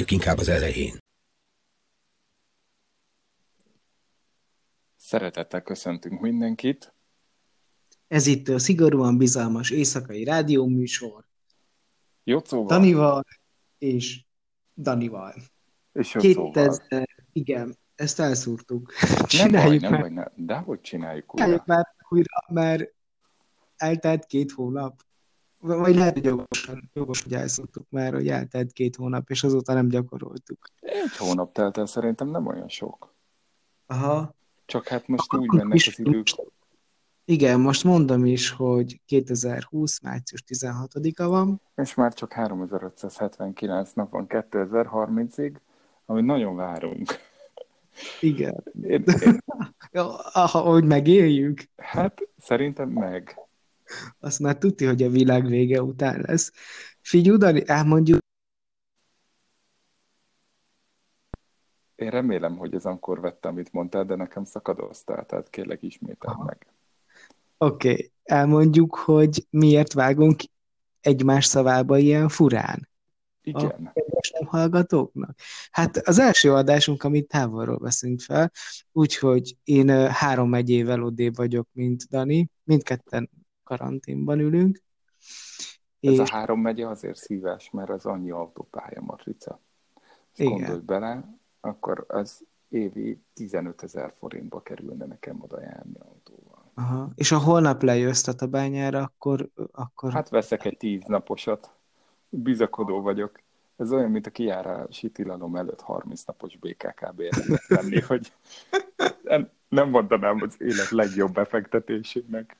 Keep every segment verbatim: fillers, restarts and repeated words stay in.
kezdjük inkább az elején. Szeretettel köszöntünk mindenkit. Ez itt a szigorúan bizalmas éjszakai rádióműsor. Jocóval. Danival és Danival. És Jocóval. kétezer Igen, ezt elszúrtuk. Nem baj, nem már. baj, ne. De hogy csináljuk újra? Csináljuk már újra, mert eltelt két hónap. Vagy lehet, hogy jogosan, jogos, hogy elszúrtuk már, hogy eltelt két hónap, és azóta nem gyakoroltuk. Egy hónap telt el, szerintem nem olyan sok. Aha. Csak hát most Akkor úgy mennek is, az idők. Igen, most mondom is, hogy kétezer-húsz. március tizenhatodika van. És már csak háromezer-ötszázhetvenkilenc nap van kétezer-harmincig, amit nagyon várunk. Igen. Én, én, Aha, hogy megéljük. hát szerintem meg. Azt már tudti, hogy a világ vége után lesz. Figyelj, Dani, elmondjuk. Én remélem, hogy ez akkor vettem, amit mondtál, de nekem szakadoztál, tehát kérlek ismételd meg. Oké, okay. Elmondjuk, hogy miért vágunk egymás szavába ilyen furán. Igen. A nem hallgatóknak. Hát az első adásunk, amit távolról veszünk fel, úgyhogy én három megyével odébb vagyok, mint Dani. Mindketten karanténban ülünk. Ez és... a három megye azért szíves, mert az annyi autópálya matrica. És gondolj bele, akkor az évi tizenötezer forintba kerülne nekem oda járni autóval. Aha. És ha holnap lejössz Tatabányára, akkor, akkor... Hát veszek egy tíz naposat. Bizakodó vagyok. Ez olyan, mint a kijárási tilalom előtt harminc napos bé ká ká bérletet venni, hogy nem mondanám az élet legjobb befektetésének.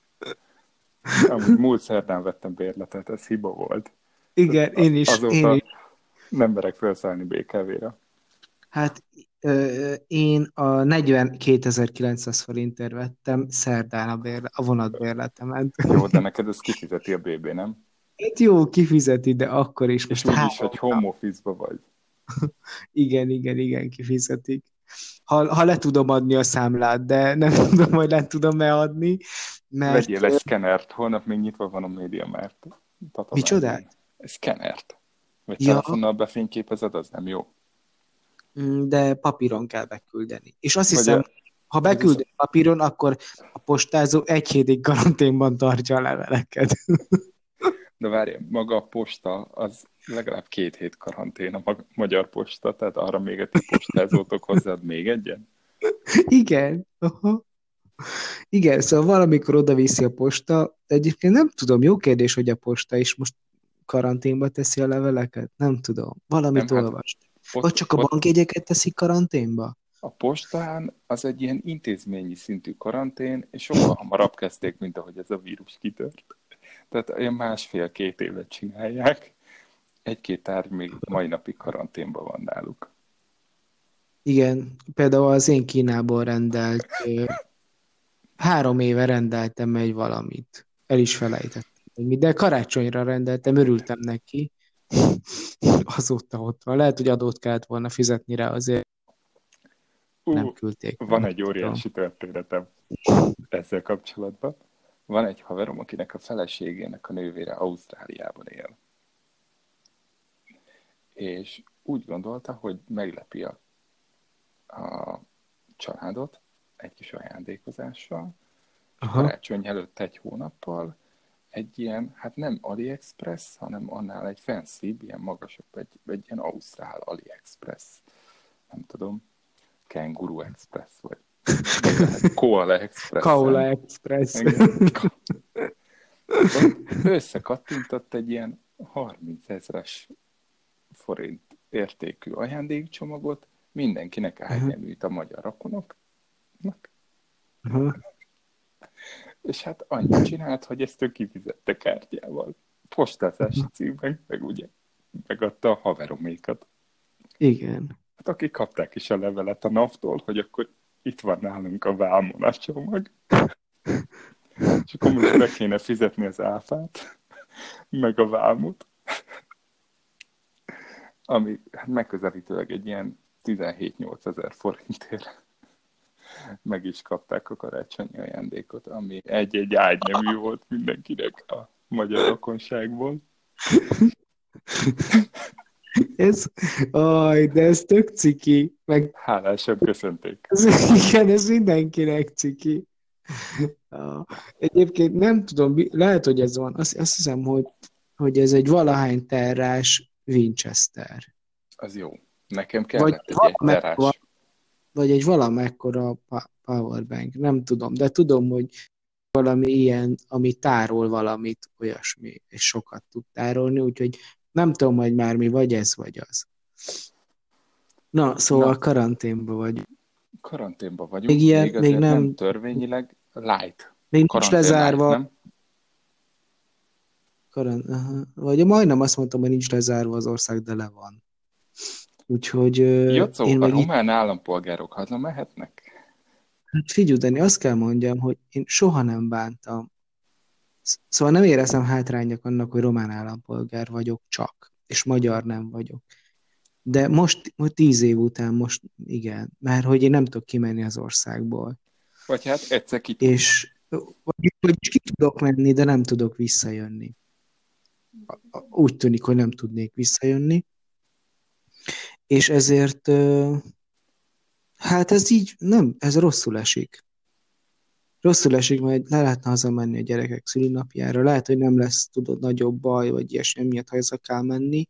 Amúgy múlt szerdán vettem bérletet, ez hiba volt. Igen, én is. Azóta én is. nem merek felszállni bé ká vé-re. Hát ö, én a negyvenkétezer-kilencszáz forintért vettem szerdán a, bérle, a vonatbérletemet. Jó, de neked ez kifizeti a bé bé, nem? Hát jó, kifizeti, de akkor is. És mégis, hogy home office-ba vagy. igen, igen, igen, kifizetik. Ha, ha le tudom adni a számlát, de nem tudom, hogy le tudom-e adni. Mert... Vegyél egy szkenert, holnap még nyitva van a MediaMarkt. Micsodát? Egy szkenert. Vagy ja. telefonnal befényképezed, az nem jó. De papíron kell beküldeni. És azt hiszem, a... ha beküldöd papíron, akkor a postázó egy hétig karanténban tartja a leveleket. De várj, maga a posta, az legalább két hét karantén a mag- magyar posta, tehát arra még egy postázótok hozzád még egyen? Igen. Aha. Igen, szóval valamikor oda-viszi a posta. Egyébként nem tudom, jó kérdés, hogy a posta is most karanténba teszi a leveleket? Nem tudom. Valamit nem, olvast. Hát, Vagy csak a ott, bankjegyeket teszik karanténba? A postán az egy ilyen intézményi szintű karantén, és sokkal hamarabb kezdték, mint ahogy ez a vírus kitört. Tehát olyan másfél-két évet csinálják. Egy-két tárgy még mai napig karanténban van náluk. Igen, például az én Kínából rendelt, három éve rendeltem egy valamit. El is felejtettem. De karácsonyra rendeltem, örültem neki. Azóta ott van. Lehet, hogy adót kellett volna fizetni rá, azért uh, nem küldték. Van nem. Egy óriási történetem ezzel kapcsolatban. Van egy haverom, akinek a feleségének a nővére Ausztráliában él. És úgy gondolta, hogy meglepi a, a családot egy kis ajándékozással. Aha. Karácsony előtt egy hónappal egy ilyen, hát nem AliExpress, hanem annál egy fancy, ilyen magasabb, egy, egy ilyen ausztrál AliExpress. Nem tudom, Kenguru Express, vagy Koala Express. Koala Express. Összekattintott egy ilyen harmincezres forint értékű ajándékcsomagot mindenkinek ágyneműt a magyar rokonoknak. Uh-huh. És hát annyit csinált, hogy ezt ő kifizette kártyával. Postázási uh-huh. címben, meg ugye megadta a haveromékat. Igen. Hát akik kapták is a levelet a naptól, hogy akkor itt van nálunk a vámon a csomag. És akkor most be kéne fizetni az áfát, meg a vámot. Ami hát megközelítőleg egy ilyen tizenhét-nyolcezer forintért meg is kapták a karácsonyi ajándékot, ami egy-egy ágynemű volt mindenkinek a magyar rokonságból. Ez, aj, de ez tök ciki. Meg, Hálásan köszönték. ez, igen, ez mindenkinek ciki. Ah, egyébként nem tudom, bi- lehet, hogy ez van. Azt, azt hiszem, hogy, hogy ez egy valahány terrás Winchester. Az jó. Nekem Vagy kellett egy valamekkora, egyterás. vagy egy valamekkora pa- powerbank. Nem tudom, de tudom, hogy valami ilyen, ami tárol valamit, olyasmi, és sokat tud tárolni, úgyhogy nem tudom, hogy már mi vagy ez, vagy az. Na, szóval Na, karanténban vagy. karanténban Még vagyunk, ilyen, még még azért nem nem, törvényileg light. még nincs Karantén light, lezárva, nem? karan, aha. Vagy majdnem azt mondtam, hogy nincs lezárva az ország, de le van. Úgyhogy ö, Jocó, én a meg így, román állampolgárok haza mehetnek? hát figyelj, Dani, azt kell mondjam, hogy én soha nem bántam. Sz- Szóval nem érezem hátránynak annak, hogy román állampolgár vagyok csak, és magyar nem vagyok. De most, most tíz év után most igen, mert hogy én nem tudok kimenni az országból. Vagy hát egyszer ki tudsz. És vagy, vagyis ki tudok menni, de nem tudok visszajönni. Úgy tűnik, hogy nem tudnék visszajönni. És ezért ö, hát ez így nem, ez rosszul esik. Rosszul esik, majd le lehetne hazamenni a gyerekek szülinapjára. Lehet, hogy nem lesz, tudod, nagyobb baj, vagy ilyesmi miatt haza kell menni.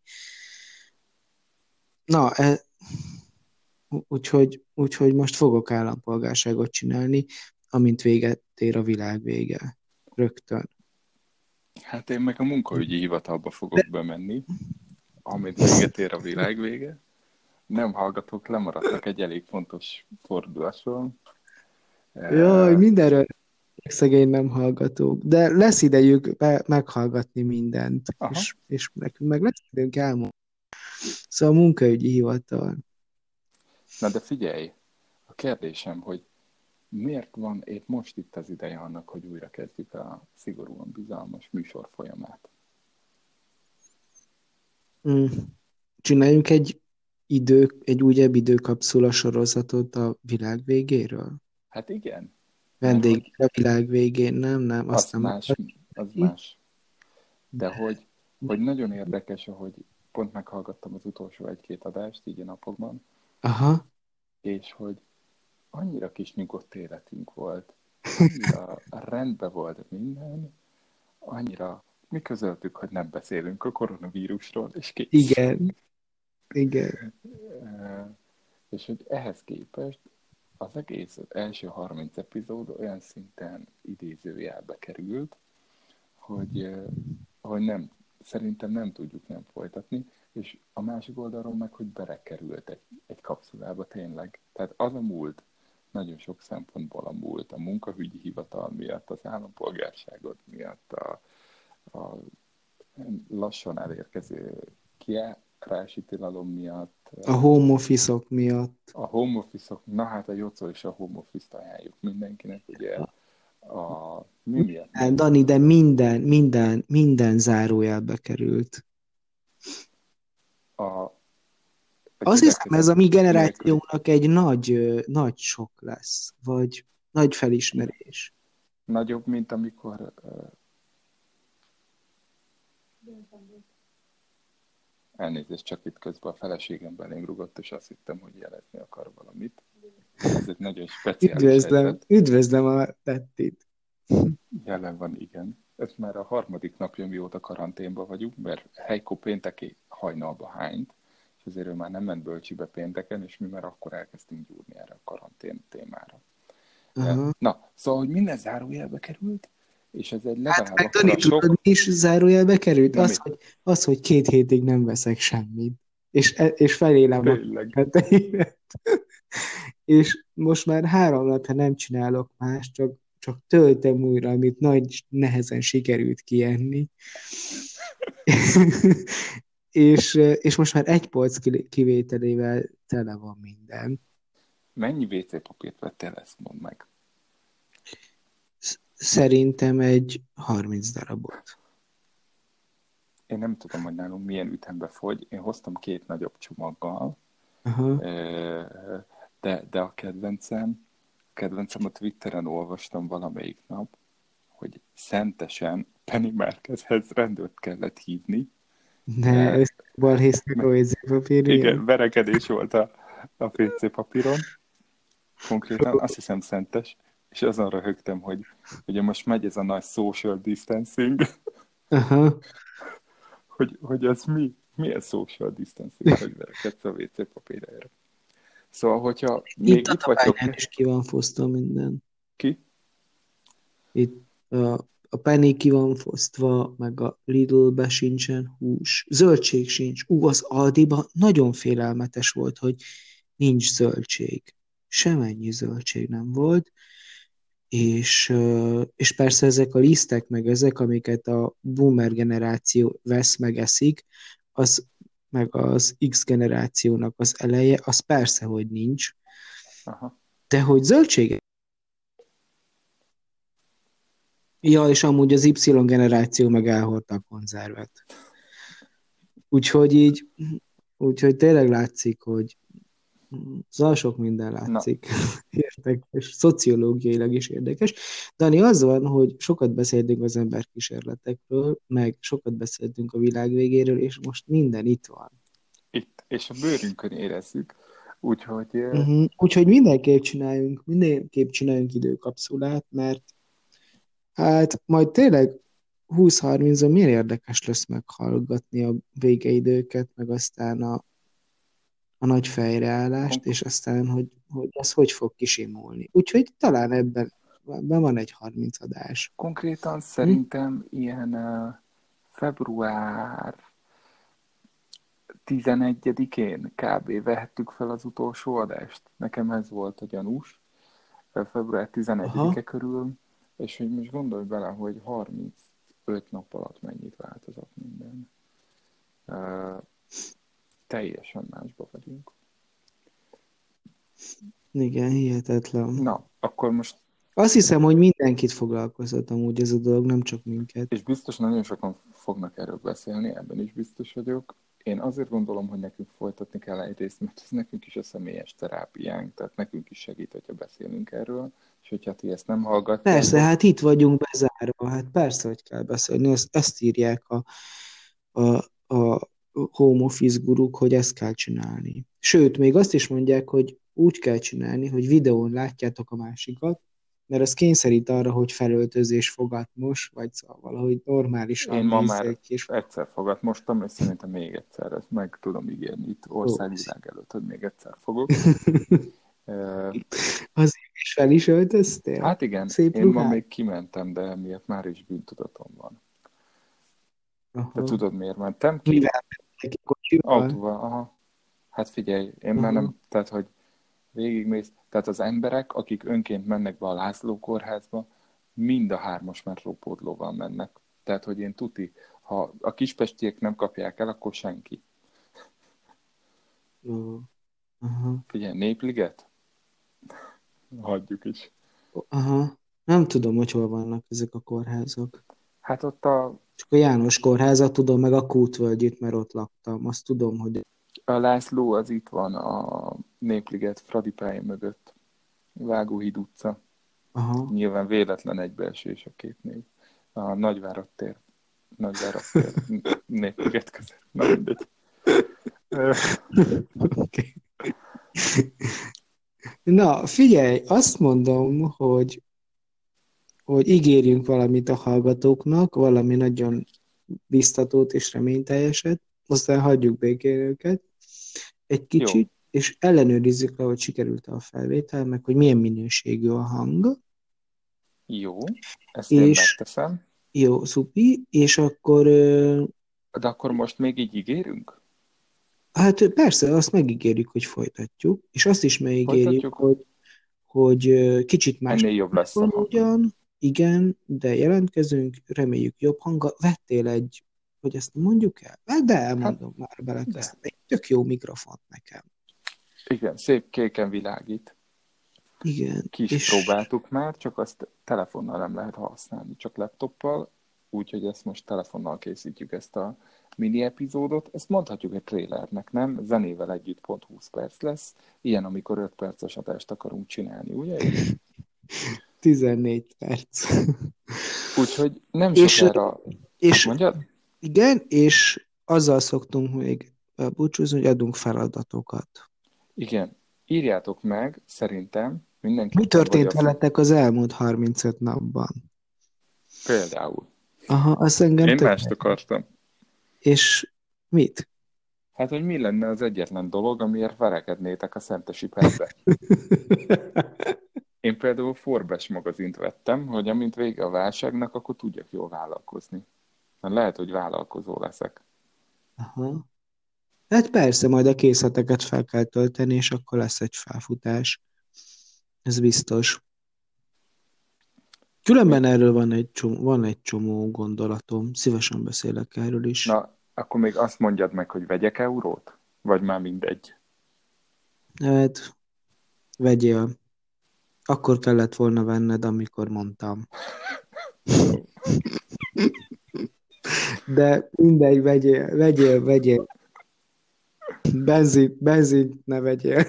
Na, e, úgyhogy, úgyhogy most fogok állampolgárságot csinálni, amint véget ér a világ vége. Rögtön. Hát én meg a munkaügyi hivatalba De, fogok bemenni, amint véget ér a világ vége. Nem hallgatók, lemaradtak egy elég fontos fordulatról. jaj, E, mindenről szegény nem hallgatók. De lesz idejük be, meghallgatni mindent, aha. és, és nekünk meg lesz időnk elmondani. Szóval a munkaügyi hivatal. Na de figyelj, a kérdésem, hogy miért van épp most itt az ideje annak, hogy újra kezdjük a szigorúan bizalmas műsor folyamát? Mm. Csináljunk egy idő, egy újabb időkapszula sorozatot a világ végéről? Hát igen, mert Vendég hogy a világ végén, nem, nem, azt az nem más, akarjuk az ki. más. De hogy, hogy nagyon érdekes, ahogy pont meghallgattam az utolsó egy-két adást így a napokban, Aha. és hogy annyira kis nyugodt életünk volt, annyira rendben volt minden, annyira mi közöltük, hogy nem beszélünk a koronavírusról, és kész. Igen, igen. És hogy ehhez képest az egész az első harminc epizód olyan szinten idézőjelbe került, hogy, hogy nem, szerintem nem tudjuk nem folytatni, és a másik oldalról meg, hogy belekerült egy, egy kapszulába tényleg. Tehát az a múlt, nagyon sok szempontból a múlt, a munkahügyi hivatal miatt, az állampolgárságot miatt, a, a lassan elérkező kiárási tilalom miatt, A home office-ok miatt. a home office-ok, na hát a Jocó és a home office-t ajánljuk mindenkinek, ugye a mi miatt Minden, nem? Dani, de minden, minden, minden zárójelbe került. A, a Azt hiszem, ez a mi gyülekezet nélküli. generációnak egy nagy, ö, nagy sok lesz, vagy nagy felismerés. Nagyobb, mint amikor uh, elnézést, csak itt közben a feleségem belém rugott, és azt hittem, hogy jelezni akar valamit. Ez egy nagyon speciális Üdvözlöm, helyzet. üdvözlöm a tettit. Jelen van, igen. Ez már a harmadik napja, mióta karanténban vagyunk, mert Heiko pénteki hajnalba hányt, és azért ő már nem ment bölcsibe pénteken, és mi már akkor elkezdtünk gyúrni erre a karantén témára. Aha. Na, szóval, hogy minden zárójelbe került, és ez egy Hát legalább meg akkor Dani, a tudod, sok... mi is zárójelbe került? Nem Az, itt, hogy, az, hogy két hétig nem veszek semmit. És, e- és felélem a tényleg. heteimet. És most már három napja nem csinálok más, csak, csak töltöm újra, amit nagy nehezen sikerült kienni. és, és most már egy polc kivételével tele van minden. Mennyi vé cé papírt vettél, ezt mondd meg. Szerintem egy harminc darabot. Én nem tudom, hogy nálunk milyen ütembe fogy. Én hoztam két nagyobb csomaggal, Aha. de, de a kedvencem, a kedvencem a Twitteren olvastam valamelyik nap, hogy szentesen Penny Marquezhez rendőrt kellett hívni, Ne, de összebalhéztak a vé cé igen, papírján. verekedés volt a, a vé cé papíron, konkrétan, azt hiszem szentes, és azon röhögtem, hogy ugye most megy ez a nagy social distancing, Aha. hogy, hogy ez mi? Mi a social distancing, hogy verekedsz a vé cé papírjára. Szóval, hogyha Itt még a itt vagytok, tapányán is ki van fosztva minden. ki? Itt a, a Penny ki van fosztva, meg a Lidl-be sincsen hús. Zöldség sincs. Ú, az Aldiba nagyon félelmetes volt, hogy nincs zöldség. Semennyi zöldség nem volt. És, ö, és persze ezek a lisztek, meg ezek, amiket a boomer generáció vesz, meg eszik, az meg az X generációnak az eleje, az persze, hogy nincs. Aha. De hogy zöldség. Ja, és amúgy az Y generáció meg elhordta a konzervet. Úgyhogy így, úgyhogy tényleg látszik, hogy szóval sok minden Na, látszik. Érdekes, szociológiailag is érdekes. Dani, az van, hogy sokat beszéltünk az emberkísérletekről, meg sokat beszéltünk a világ végéről, és most minden itt van. itt, és a bőrünkön érezzük, úgyhogy eh, Uh-huh. Úgyhogy mindenképp csináljunk, mindenképp csináljunk időkapszulát, mert hát majd tényleg húsz-harmincon milyen érdekes lesz meghallgatni a végeidőket, meg aztán a, a nagy fejreállást, konk- és aztán, hogy, hogy ez hogy fog kisimulni. Úgyhogy talán ebben, ebben van egy harminc adás. konkrétan Hm? szerintem ilyen eh, február tizenegyedikén kb. Vehettük fel az utolsó adást. Nekem ez volt a gyanús, eh, február Aha, tizenegyedike körül, és hogy most gondolj bele, hogy harmincöt nap alatt mennyit változott minden. Uh, teljesen másba vagyunk. igen, hihetetlen. Na, akkor most, Azt hiszem, hogy mindenkit foglalkozott amúgy ez a dolog, nem csak minket. és biztos nagyon sokan fognak erről beszélni, ebben is biztos vagyok. Én azért gondolom, hogy nekünk folytatni kell egyrészt, mert ez nekünk is a személyes terápiánk, tehát nekünk is segít, hogyha beszélünk erről, és hogyha ti ezt nem Persze, hallgatjátok, hát itt vagyunk bezárva, hát persze, hogy kell beszélni, ezt, ezt írják a, a, a home office guruk, hogy ezt kell csinálni. Sőt, még azt is mondják, hogy úgy kell csinálni, hogy videón látjátok a másikat, mert az kényszerít arra, hogy felöltözés fogatmos, vagy szóval valahogy én normálisan ma már nézzék ki, és egyszer fogat mostam, és szerintem még egyszer, ezt meg tudom ígérni itt ó, országvilág előtt, hogy még egyszer fogok. azért is fel is öltöztél? Hát igen, Szép én ma ruhát? még kimentem, de emiatt már is bűntudatom van. De Aha. tudod, miért mentem ki? Mivel mentek kocsival? Autóval, aha. Hát figyelj, én már Aha. nem, tehát, hogy végigmész, tehát az emberek, akik önként mennek be a László kórházba, mind a hármas metrópótlóval mennek. Tehát, hogy én tuti, ha a kispestiek nem kapják el, akkor senki. Ó, aha. Figyelj, Népliget? Hagyjuk is. Aha. Nem tudom, hogy hol vannak ezek a kórházak. Hát ott a, Csak a János kórházat tudom, meg a Kútvölgyit, mert ott laktam. Azt tudom, hogy... a László az itt van a Népliget Fradi pálya mögött. Vágóhíd utca. Aha. Nyilván véletlen egybeesés a két név. A Nagyvárad tér. Nagyvárad tér. Népliget között. Na mindegy. Okay. Na, figyelj, azt mondom, hogy, hogy ígérjünk valamit a hallgatóknak, valami nagyon biztatót és reményteljeset, aztán hagyjuk békén őket egy Jó, kicsit, és ellenőrizzük le, hogy sikerült a felvétel, meg hogy milyen minőségű a hang, jó. Ezt én és megteszem. jó, szupi, és akkor ö, De akkor most még így ígérünk? hát persze, azt megígérjük, hogy folytatjuk, és azt is megígérjük, Folytatjuk? hogy, hogy ö, kicsit más Ennél jobb lesz a van hang. ugyan, igen, de jelentkezünk, reméljük jobb hanggal. Vettél egy, hogy ezt nem mondjuk el? Hát de Hát, elmondom, már de. belekezdtem. Egy tök jó mikrofont nekem. Igen, szép kéken világít. Igen, Ki is és próbáltuk már, csak azt telefonnal nem lehet használni, csak laptoppal. Úgyhogy ezt most telefonnal készítjük ezt a mini epizódot. Ezt mondhatjuk egy trailernek, nem? Zenével együtt pont húsz perc lesz. Ilyen, amikor öt perces adást akarunk csinálni, ugye? tizennégy perc. Úgyhogy nem és, sokára... és Mondjad? igen, és azzal szoktunk még búcsúzni, hogy adunk feladatokat. Igen, írjátok meg, szerintem Mi mindenképpen vagy történt a fi- veletek az elmúlt harmincöt napban? például. Aha, azt engem Én tök. mást akartam. És mit? Hát, hogy mi lenne az egyetlen dolog, amiért verekednétek a Szentesi perbe? Én például Forbes magazint vettem, hogy amint vége a válságnak, akkor tudjak jól vállalkozni. Mert lehet, hogy vállalkozó leszek. Aha. Hát persze, majd a készleteket fel kell tölteni, és akkor lesz egy felfutás. Ez biztos. Mi? Különben erről van egy csomó, van egy csomó gondolatom. Szívesen beszélek erről is. Na, akkor még azt mondjad meg, hogy vegyek eurót? Vagy már mindegy? Hát, vegyél. Akkor kellett volna venned, amikor mondtam. Jó. De mindegy, vegyél, vegyél, vegyél. Benzint, benzint ne vegyél.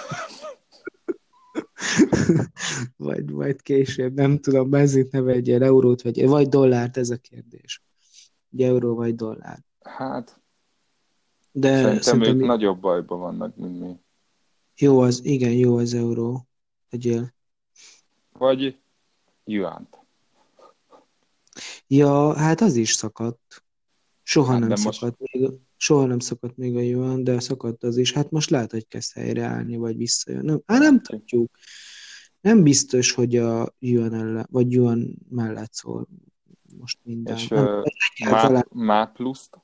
Vagy majd később, nem tudom, benzint ne vegyél, eurót vegyél, vagy dollárt, ez a kérdés. Egy euró vagy dollár. Hát, De szerintem ők szerintem nagyobb bajban vannak, mint mi. jó az, igen, jó az euró. Vegyél. Vagy juánt. Ja, hát az is szakadt. Soha Hát, nem de most szakadt még, soha nem szakadt még a yuan, de szakadt az is. Hát most lehet, hogy kezd helyreállni, vagy visszajön. Nem, hát nem lehet, hogy... tudjuk. Nem biztos, hogy a yuan ellen, vagy yuan mellett szól most minden. És Nem, uh, má, egyáltalán. má pluszt?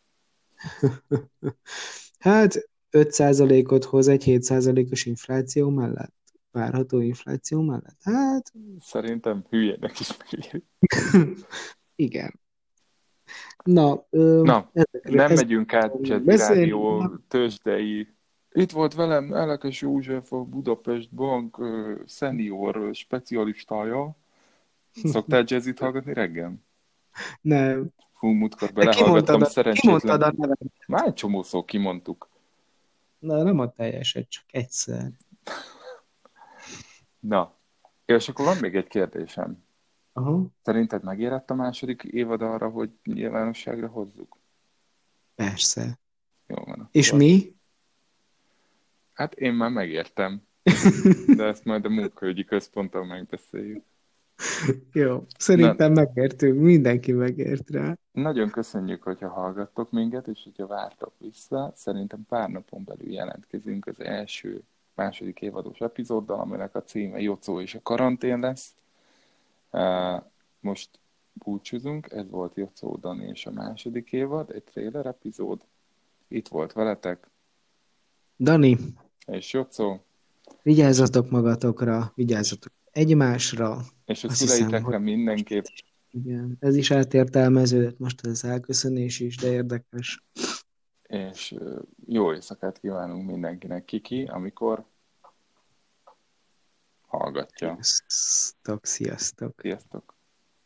Hát öt százalékot hoz egy hét százalékos infláció mellett. Várható infláció mellett. Hát Szerintem hülyének is megéri. igen. Na, ö, Na, ezekre, nem ezekre megyünk át fogunk Jazzy beszélni. Rádió tőzsdei. Itt volt velem Elekes József, a Budapest Bank uh, senior specialistája. Szoktál jazzit hallgatni reggel? Nem. Fú, múltkor De belehallgattam, kimondtad a, kimondtad szerencsétlen. a nevet. Már egy csomó szó kimondtuk. Na, nem a teljeset, csak egyszer. Na, és akkor van még egy kérdésem. Aha. Szerinted megérett a második évad arra, hogy nyilvánosságra hozzuk? Persze. Jó van. És Akkor. mi? Hát én már megértem, de ezt majd a munkaügyi központtal megbeszéljük. Jó. Na, Szerintem megértünk. Mindenki megért rá. nagyon köszönjük, hogyha hallgattok minket, és hogyha vártok vissza. Szerintem pár napon belül jelentkezünk az első, második évados epizóddal, aminek a címe Jocó és a karantén lesz. Most búcsúzunk, ez volt Jocó Dani és a második évad, egy trailer epizód. Itt volt veletek, Dani, és Jocó. vigyázzatok magatokra, vigyázzatok egymásra. És a Azt hiszem, szüleitekre hogy mindenképp. igen, ez is átértelmeződött most az elköszönés is, de érdekes. És jó éjszakát kívánunk mindenkinek, Kiki, amikor hallgatja. Sziasztok, sziasztok. Sziasztok!